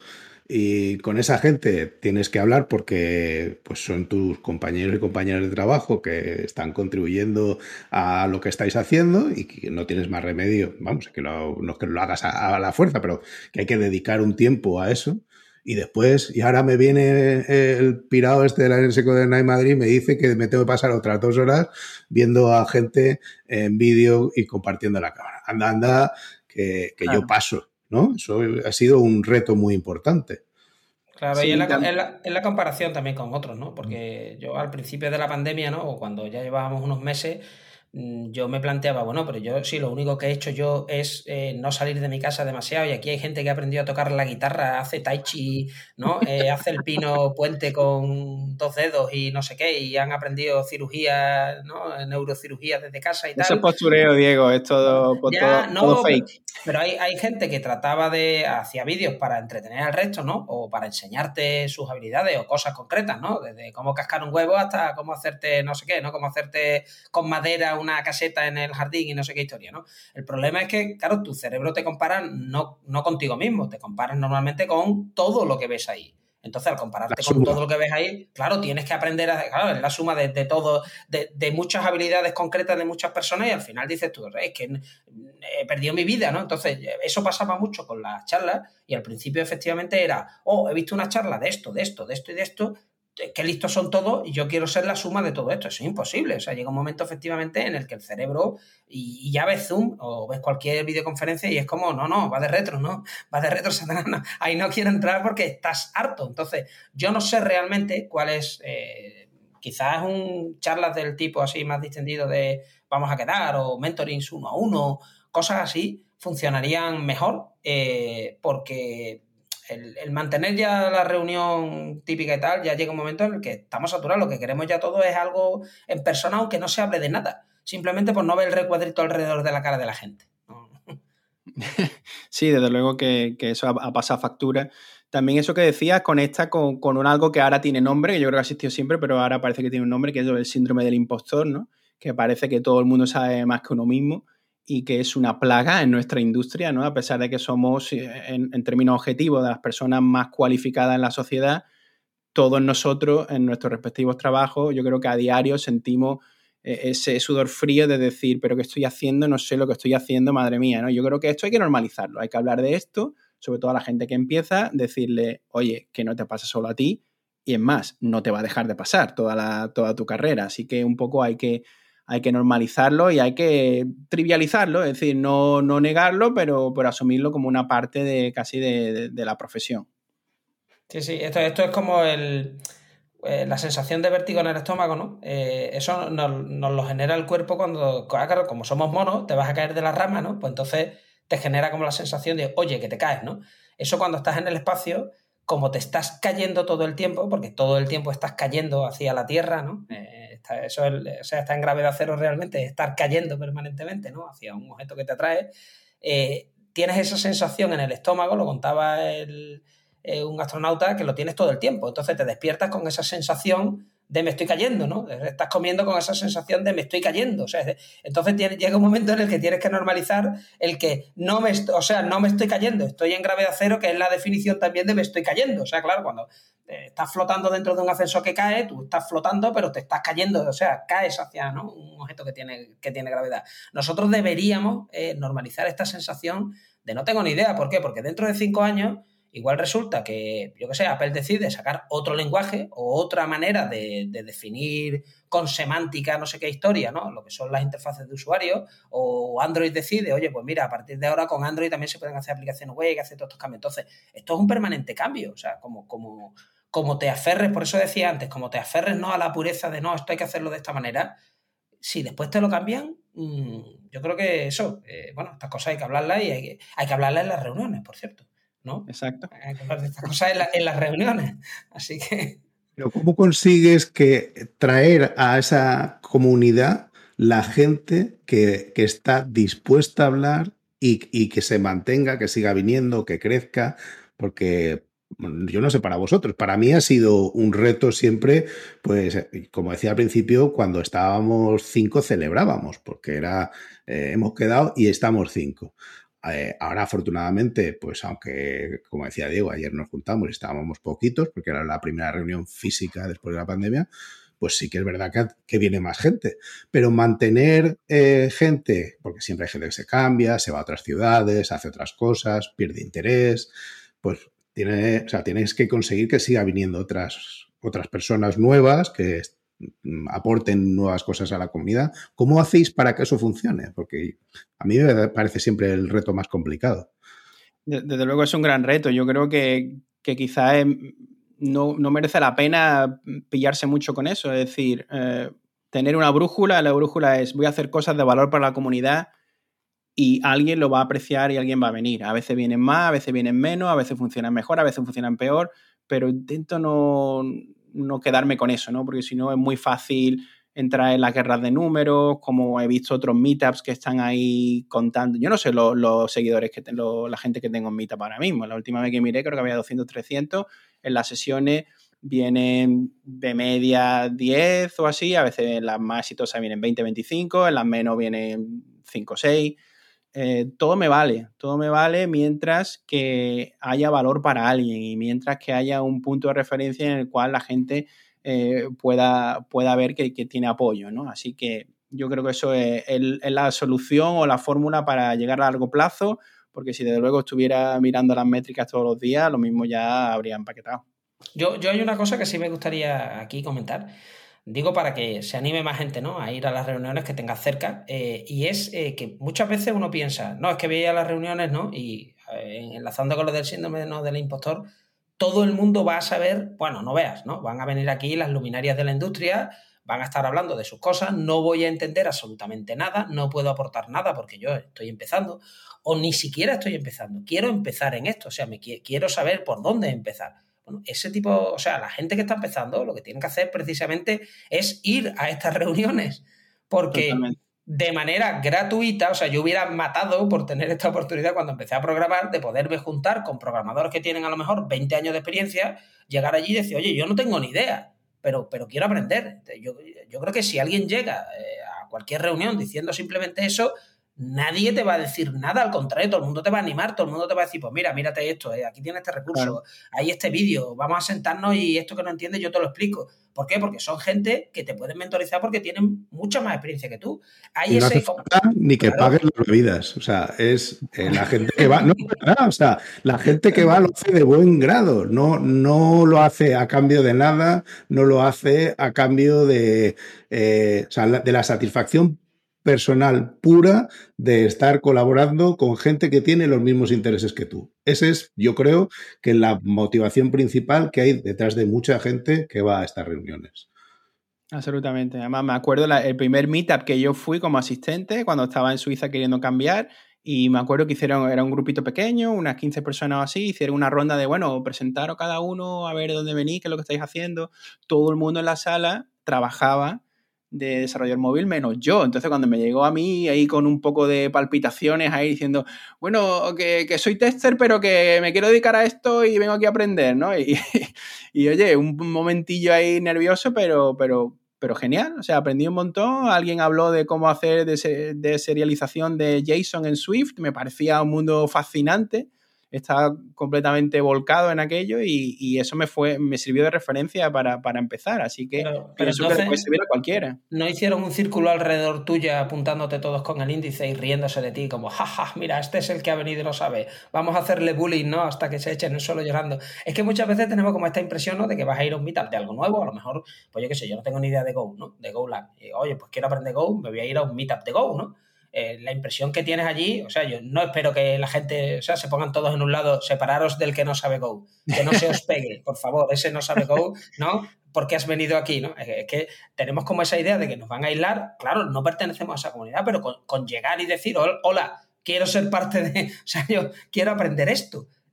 y con esa gente tienes que hablar porque pues, son tus compañeros y compañeras de trabajo que están contribuyendo a lo que estáis haciendo y que no tienes más remedio, vamos, que lo, no es que lo hagas a, a la fuerza, pero que hay que dedicar un tiempo a eso. Y después, y ahora me viene el pirado este de la Enseco de Night Madrid y me dice que me tengo que pasar otras dos horas viendo a gente en vídeo y compartiendo la cámara. Anda, anda, que, que claro. Yo paso, ¿no? Eso ha sido un reto muy importante. Claro, sí, y en la, en, la, en la comparación también con otros, ¿no? Porque yo al principio de la pandemia, ¿no? O cuando ya llevábamos unos meses, yo me planteaba, bueno, pero yo sí, lo único que he hecho yo es eh, no salir de mi casa demasiado y aquí hay gente que ha aprendido a tocar la guitarra, hace tai chi, ¿no? Eh, hace el pino puente con dos dedos y no sé qué y han aprendido cirugía, ¿no? Neurocirugía desde casa y tal. Eso es postureo, Diego, es todo, ya, todo, no, todo fake. Pero, pero hay, hay gente que trataba de, hacía vídeos para entretener al resto, ¿no? O para enseñarte sus habilidades o cosas concretas, ¿no? Desde cómo cascar un huevo hasta cómo hacerte no sé qué, ¿no? Cómo hacerte con madera una caseta en el jardín y no sé qué historia, ¿no? El problema es que, claro, tu cerebro te compara no, no contigo mismo, te comparas normalmente con todo lo que ves ahí. Entonces, al compararte con todo lo que ves ahí, claro, tienes que aprender a... Claro, es la suma de, de todo, de, de muchas habilidades concretas de muchas personas y al final dices tú, es que he perdido mi vida, ¿no? Entonces, eso pasaba mucho con las charlas y al principio efectivamente era, oh, he visto una charla de esto, de esto, de esto y de esto, qué listos son todos y yo quiero ser la suma de todo esto. Eso es imposible. O sea, llega un momento efectivamente en el que el cerebro, y, y ya ves Zoom o ves cualquier videoconferencia y es como, no, no, va de retro, ¿no? Va de retro, Satanás, no. Ahí no quiero entrar porque estás harto. Entonces, yo no sé realmente cuál es, eh, quizás un charlas del tipo así más distendido de vamos a quedar o mentorings uno a uno, cosas así, funcionarían mejor eh, porque... El, el mantener ya la reunión típica y tal, ya llega un momento en el que estamos saturados. Lo que queremos ya todo es algo en persona, aunque no se hable de nada. Simplemente por no ver el recuadrito alrededor de la cara de la gente. Sí, desde luego que, que eso ha, ha pasado factura. También eso que decías conecta con, con un algo que ahora tiene nombre, que yo creo que ha existido siempre, pero ahora parece que tiene un nombre, que es el síndrome del impostor, ¿no? Que parece que todo el mundo sabe más que uno mismo y que es una plaga en nuestra industria, ¿no? A pesar de que somos, en, en términos objetivos, de las personas más cualificadas en la sociedad, todos nosotros, en nuestros respectivos trabajos, yo creo que a diario sentimos ese sudor frío de decir, pero ¿qué estoy haciendo? No sé lo que estoy haciendo, madre mía, ¿no? Yo creo que esto hay que normalizarlo, hay que hablar de esto, sobre todo a la gente que empieza, decirle, oye, que no te pasa solo a ti, y es más, no te va a dejar de pasar toda, la, toda tu carrera, así que un poco hay que... hay que normalizarlo y hay que trivializarlo, es decir, no, no negarlo, pero, pero asumirlo como una parte de casi de, de, de la profesión. Sí, sí, esto, esto es como el, eh, la sensación de vértigo en el estómago, ¿no? Eh, eso nos, nos lo genera el cuerpo cuando, claro, como somos monos, te vas a caer de la rama, ¿no? Pues entonces te genera como la sensación de, oye, que te caes, ¿no? Eso cuando estás en el espacio, como te estás cayendo todo el tiempo, porque todo el tiempo estás cayendo hacia la Tierra, ¿no? Eh, está, eso es, o sea, está en gravedad cero realmente, estar cayendo permanentemente, ¿no? Hacia un objeto que te atrae. Eh, tienes esa sensación en el estómago, lo contaba el, eh, un astronauta, que lo tienes todo el tiempo. Entonces te despiertas con esa sensación de me estoy cayendo, ¿no? Estás comiendo con esa sensación de me estoy cayendo. O sea, entonces tiene, llega un momento en el que tienes que normalizar el que no me, o sea, no me estoy cayendo, estoy en gravedad cero, que es la definición también de me estoy cayendo. O sea, claro, cuando estás flotando dentro de un ascensor que cae, tú estás flotando, pero te estás cayendo, o sea, caes hacia, ¿no?, un objeto que tiene, que tiene gravedad. Nosotros deberíamos eh, normalizar esta sensación de no tengo ni idea. ¿Por qué? Porque dentro de cinco años igual resulta que, yo qué sé, Apple decide sacar otro lenguaje o otra manera de, de definir con semántica no sé qué historia, ¿no?, lo que son las interfaces de usuario, o Android decide, oye, pues mira, a partir de ahora con Android también se pueden hacer aplicaciones web y hacer todos estos cambios. Entonces, esto es un permanente cambio, o sea, como, como, como te aferres, por eso decía antes, como te aferres, ¿no?, a la pureza de, no, esto hay que hacerlo de esta manera, si después te lo cambian, mmm, yo creo que eso, eh, bueno, estas cosas hay que hablarlas y hay que, hay que hablarlas en las reuniones, por cierto. ¿no? Exacto. Estas cosas en, la, en las reuniones. Así que... Pero ¿cómo consigues que traer a esa comunidad la gente que, que está dispuesta a hablar y, y que se mantenga, que siga viniendo, que crezca? Porque yo no sé para vosotros, para mí ha sido un reto siempre, pues como decía al principio, cuando estábamos cinco celebrábamos, porque era, eh, hemos quedado y estamos cinco. Eh, ahora, afortunadamente, pues aunque, como decía Diego, ayer nos juntamos y estábamos poquitos, porque era la primera reunión física después de la pandemia, pues sí que es verdad que, que viene más gente. Pero mantener eh, gente, porque siempre hay gente que se cambia, se va a otras ciudades, hace otras cosas, pierde interés, pues tiene, o sea, tienes que conseguir que siga viniendo otras, otras personas nuevas que aporten nuevas cosas a la comunidad. ¿Cómo hacéis para que eso funcione? Porque a mí me parece siempre el reto más complicado. Desde luego es un gran reto. Yo creo que, que quizás no, no merece la pena pillarse mucho con eso. Es decir, eh, tener una brújula, la brújula es voy a hacer cosas de valor para la comunidad y alguien lo va a apreciar y alguien va a venir. A veces vienen más, a veces vienen menos, a veces funcionan mejor, a veces funcionan peor, pero intento no, no quedarme con eso, ¿no? Porque si no es muy fácil entrar en las guerras de números, como he visto otros meetups que están ahí contando. Yo no sé los, los seguidores, que tengo, la gente que tengo en meetup ahora mismo. La última vez que miré creo que había doscientos, trescientos. En las sesiones vienen de media diez o así, a veces en las más exitosas vienen veinte, veinticinco, en las menos vienen cinco o seis. Eh, todo me vale, todo me vale mientras que haya valor para alguien y mientras que haya un punto de referencia en el cual la gente eh, pueda, pueda ver que, que tiene apoyo, ¿no? Así que yo creo que eso es, es, es la solución o la fórmula para llegar a largo plazo, porque si desde luego estuviera mirando las métricas todos los días, lo mismo ya habría empaquetado. Yo, yo hay una cosa que sí me gustaría aquí comentar. Digo para que se anime más gente, ¿no?, a ir a las reuniones que tengas cerca, eh, y es eh, que muchas veces uno piensa, no, es que voy a ir a las reuniones, ¿no?, y eh, enlazando con lo del síndrome, ¿no?, del impostor, todo el mundo va a saber, bueno, no veas, ¿no?, van a venir aquí las luminarias de la industria, van a estar hablando de sus cosas, no voy a entender absolutamente nada, no puedo aportar nada porque yo estoy empezando, o ni siquiera estoy empezando, quiero empezar en esto, o sea, me qu- quiero saber por dónde empezar. Bueno, ese tipo, o sea, la gente que está empezando, lo que tienen que hacer precisamente es ir a estas reuniones, porque Totalmente. De manera gratuita, o sea, yo hubiera matado por tener esta oportunidad cuando empecé a programar, de poderme juntar con programadores que tienen a lo mejor veinte años de experiencia, llegar allí y decir, oye, yo no tengo ni idea, pero, pero quiero aprender. Yo, yo creo que si alguien llega eh, a cualquier reunión diciendo simplemente eso, nadie te va a decir nada, al contrario, todo el mundo te va a animar, todo el mundo te va a decir, pues mira, mírate esto, eh, aquí tienes este recurso, claro. Hay este vídeo, vamos a sentarnos y esto que no entiendes yo te lo explico. ¿Por qué? Porque son gente que te pueden mentorizar porque tienen mucha más experiencia que tú. Hay y no ese... hace falta ni que claro. paguen las bebidas, o sea, es eh, la gente que va, no, o sea, la gente que va lo hace de buen grado, no, no lo hace a cambio de nada, no lo hace a cambio de, eh, o sea, de la satisfacción personal pura de estar colaborando con gente que tiene los mismos intereses que tú. Ese es, yo creo, que la motivación principal que hay detrás de mucha gente que va a estas reuniones. Absolutamente. Además, me acuerdo la, el primer meetup que yo fui como asistente cuando estaba en Suiza queriendo cambiar, y me acuerdo que hicieron, era un grupito pequeño, unas quince personas o así, hicieron una ronda de, bueno, presentaros cada uno, a ver dónde venís, qué es lo que estáis haciendo. Todo el mundo en la sala trabajaba de desarrollador móvil menos yo. Entonces, cuando me llegó a mí ahí con un poco de palpitaciones ahí diciendo, bueno, que, que soy tester, pero que me quiero dedicar a esto y vengo aquí a aprender, ¿no? Y, y oye, un momentillo ahí nervioso, pero, pero, pero genial. O sea, aprendí un montón. Alguien habló de cómo hacer de, de serialización de JSON en Swift. Me parecía un mundo fascinante. Estaba completamente volcado en aquello y, y eso me fue me sirvió de referencia para, para empezar. Así que pero, pero pienso entonces, que le puede servir a cualquiera. ¿No hicieron un círculo alrededor tuya apuntándote todos con el índice y riéndose de ti? Como, jaja, mira, este es el que ha venido y lo sabe. Vamos a hacerle bullying, ¿no? Hasta que se echen en el suelo llorando. Es que muchas veces tenemos como esta impresión, ¿no?, de que vas a ir a un meetup de algo nuevo. A lo mejor, pues yo qué sé, yo no tengo ni idea de Go, ¿no? De Golang. Y, oye, pues quiero aprender Go, me voy a ir a un meetup de Go, ¿no? Eh, la impresión que tienes allí, o sea, yo no espero que la gente, o sea, se pongan todos en un lado, separaros del que no sabe Go, que no se os pegue, por favor, ese no sabe Go, ¿no? ¿Por qué has venido aquí, no? Es que tenemos como esa idea de que nos van a aislar, claro, no pertenecemos a esa comunidad, pero con, con llegar y decir, hola, quiero ser parte de, o sea, yo quiero aprender esto.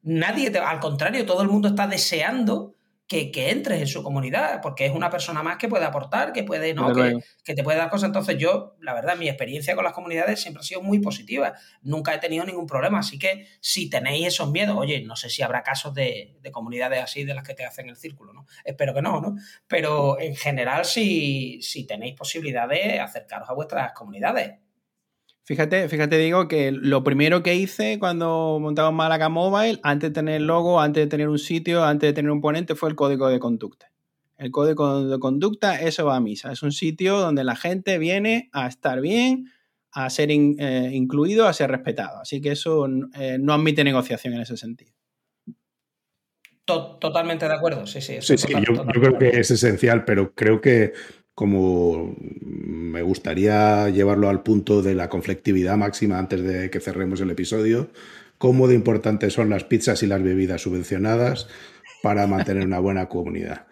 nadie, te, al contrario, todo el mundo está deseando que, que entres en su comunidad, porque es una persona más que puede aportar, que puede, ¿no? Que, que te puede dar cosas. Entonces yo, la verdad, mi experiencia con las comunidades siempre ha sido muy positiva. Nunca he tenido ningún problema. Así que si tenéis esos miedos, oye, no sé si habrá casos de, de comunidades así de las que te hacen el círculo, ¿no? Espero que no, ¿no? Pero en general, si, si tenéis posibilidad de acercaros a vuestras comunidades. Fíjate, fíjate, digo que lo primero que hice cuando montamos Málaga Mobile, antes de tener el logo, antes de tener un sitio, antes de tener un ponente, fue el código de conducta. El código de conducta, eso va a misa. Es un sitio donde la gente viene a estar bien, a ser in, eh, incluido, a ser respetado. Así que eso eh, no admite negociación en ese sentido. Totalmente de acuerdo, sí, sí. Eso sí, sí, total, yo, yo creo que es esencial, pero creo que como me gustaría llevarlo al punto de la conflictividad máxima antes de que cerremos el episodio, cómo de importantes son las pizzas y las bebidas subvencionadas para mantener una buena comunidad.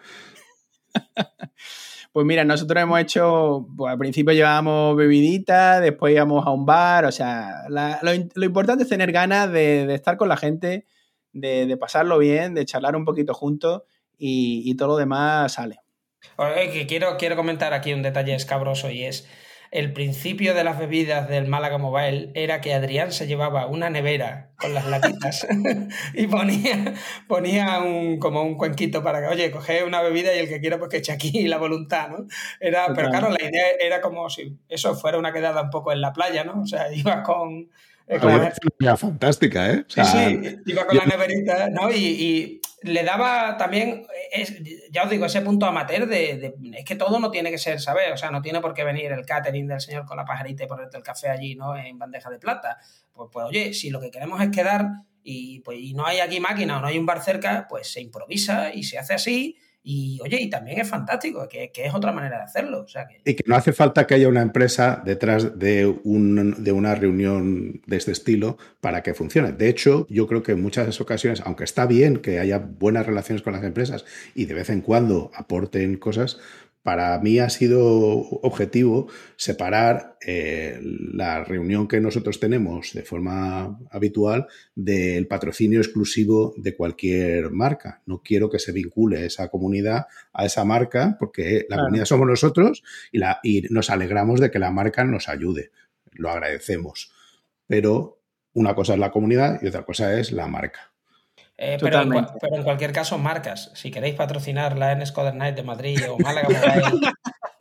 Pues mira, nosotros hemos hecho, pues al principio llevábamos bebiditas, después íbamos a un bar, o sea, la, lo, lo importante es tener ganas de, de estar con la gente, de, de pasarlo bien, de charlar un poquito juntos y, y todo lo demás sale. Que quiero, quiero comentar aquí un detalle escabroso y es el principio de las bebidas del Málaga Mobile era que Adrián se llevaba una nevera con las latitas y ponía, ponía un, como un cuenquito para que, oye, coge una bebida y el que quiera pues que eche aquí la voluntad, ¿no? Era, pero claro, la idea era como si eso fuera una quedada un poco en la playa, ¿no? O sea, ibas con... Eh, como es una fantástica, ¿eh? O sea, sí, sí, iba con yo... la neverita, ¿no? Y, y le daba también, es, ya os digo, ese punto amateur de, de, es que todo no tiene que ser, ¿sabes? O sea, no tiene por qué venir el catering del señor con la pajarita y ponerte el café allí, ¿no? En bandeja de plata. Pues, pues oye, si lo que queremos es quedar y, pues, y no hay aquí máquina o no hay un bar cerca, pues se improvisa y se hace así. Y oye, y también es fantástico, que, que es otra manera de hacerlo. O sea que... Y que no hace falta que haya una empresa detrás de, un, de una reunión de este estilo para que funcione. De hecho, yo creo que en muchas ocasiones, aunque está bien que haya buenas relaciones con las empresas y de vez en cuando aporten cosas, para mí ha sido objetivo separar eh, la reunión que nosotros tenemos de forma habitual del patrocinio exclusivo de cualquier marca. No quiero que se vincule esa comunidad a esa marca porque la claro. comunidad somos nosotros y, la, y nos alegramos de que la marca nos ayude. Lo agradecemos. Pero una cosa es la comunidad y otra cosa es la marca. Eh, pero, en, pero en cualquier caso, marcas. Si queréis patrocinar la N-Scoder Night de Madrid o Málaga Mobile,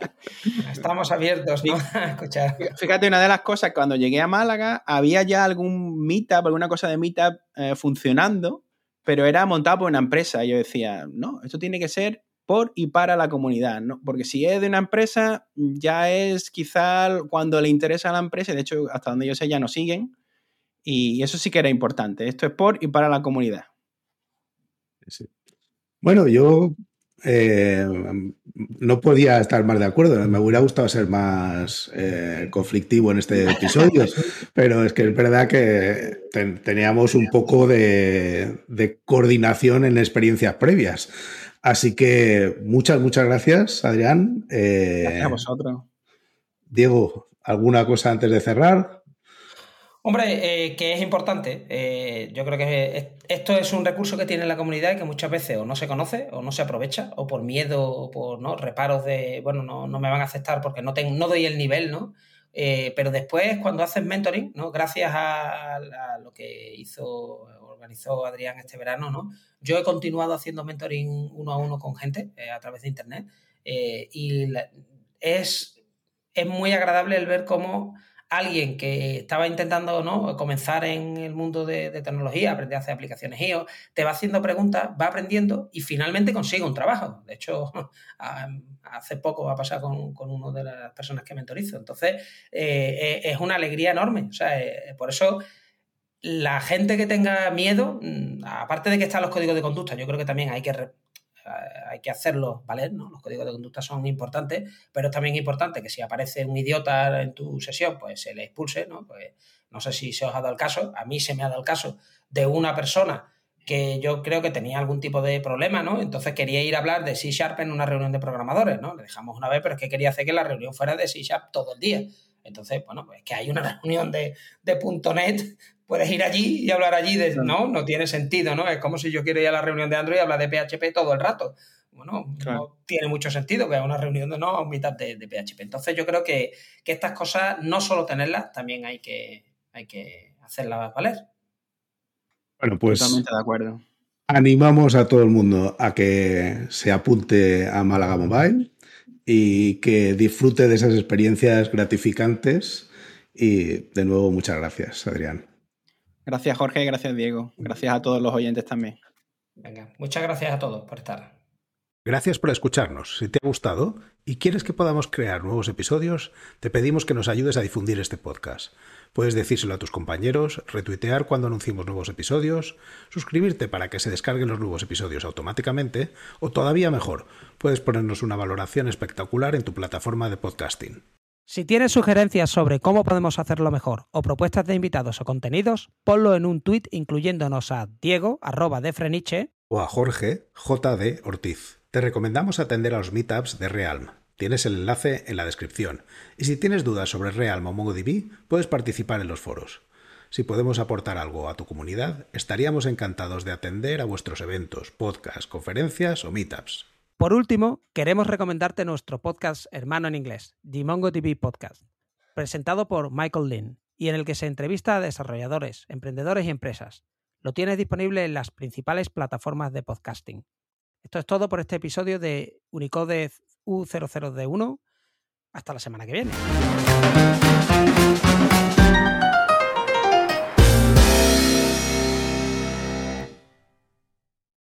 estamos abiertos, ¿no? a escuchar. Fíjate, una de las cosas, cuando llegué a Málaga, había ya algún meetup, alguna cosa de meetup eh, funcionando, pero era montado por una empresa. Y yo decía, no, esto tiene que ser por y para la comunidad, ¿no? Porque si es de una empresa, ya es quizá cuando le interesa a la empresa, de hecho, hasta donde yo sé, ya no siguen, y eso sí que era importante. Esto es por y para la comunidad. Sí. Bueno, yo eh, no podía estar más de acuerdo. Me hubiera gustado ser más eh, conflictivo en este episodio, pero es que es verdad que ten, teníamos un poco de, de coordinación en experiencias previas. Así que muchas, muchas gracias, Adrián. Eh, gracias a vosotros. Diego, ¿alguna cosa antes de cerrar? Hombre, eh, que es importante. Eh, yo creo que es, esto es un recurso que tiene la comunidad y que muchas veces o no se conoce o no se aprovecha, o por miedo o por ¿no? reparos de, bueno, no, no me van a aceptar porque no, tengo, no doy el nivel, ¿no? Eh, pero después, cuando haces mentoring, ¿no? Gracias a, a lo que hizo, organizó Adrián este verano, ¿no? Yo he continuado haciendo mentoring uno a uno con gente eh, a través de internet eh, y la, es, es muy agradable el ver cómo alguien que estaba intentando ¿no? comenzar en el mundo de, de tecnología, aprender a hacer aplicaciones I O, te va haciendo preguntas, va aprendiendo y finalmente consigue un trabajo. De hecho, hace poco va a pasar con, con una de las personas que mentorizo. Entonces, eh, es una alegría enorme. O sea, eh, por eso, la gente que tenga miedo, aparte de que están los códigos de conducta, yo creo que también hay que... Re- hay que hacerlo valer, ¿no? Los códigos de conducta son importantes, pero es también importante que si aparece un idiota en tu sesión, pues se le expulse, ¿no? Pues no sé si se os ha dado el caso, a mí se me ha dado el caso de una persona que yo creo que tenía algún tipo de problema, ¿no? Entonces quería ir a hablar de C Sharp en una reunión de programadores, ¿no? Le dejamos una vez, pero es que quería hacer que la reunión fuera de C Sharp todo el día. Entonces, bueno, pues que hay una reunión de, de punto net, puedes ir allí y hablar allí. De, no, no tiene sentido, ¿no? Es como si yo quiero ir a la reunión de Android y hablar de P H P todo el rato. Bueno, claro. No tiene mucho sentido que haya una reunión de no, un meetup de, de P H P. Entonces yo creo que, que estas cosas, no solo tenerlas, también hay que, hay que hacerlas valer. Bueno, pues totalmente de acuerdo. Animamos a todo el mundo a que se apunte a Málaga Mobile y que disfrute de esas experiencias gratificantes. Y de nuevo, muchas gracias, Adrián. Gracias, Jorge, gracias, Diego. Gracias a todos los oyentes también. Venga, muchas gracias a todos por estar. Gracias por escucharnos. Si te ha gustado y quieres que podamos crear nuevos episodios, te pedimos que nos ayudes a difundir este podcast. Puedes decírselo a tus compañeros, retuitear cuando anunciemos nuevos episodios, suscribirte para que se descarguen los nuevos episodios automáticamente, o todavía mejor, puedes ponernos una valoración espectacular en tu plataforma de podcasting. Si tienes sugerencias sobre cómo podemos hacerlo mejor o propuestas de invitados o contenidos, ponlo en un tuit incluyéndonos a Diego, arroba de Freniche, o a Jorge, J D Ortiz. Te recomendamos atender a los meetups de Realm. Tienes el enlace en la descripción. Y si tienes dudas sobre Realm o MongoDB, puedes participar en los foros. Si podemos aportar algo a tu comunidad, estaríamos encantados de atender a vuestros eventos, podcasts, conferencias o meetups. Por último, queremos recomendarte nuestro podcast hermano en inglés, The MongoDB Podcast, presentado por Michael Lynn, y en el que se entrevista a desarrolladores, emprendedores y empresas. Lo tienes disponible en las principales plataformas de podcasting. Esto es todo por este episodio de Unicode U cero cero D uno. Hasta la semana que viene.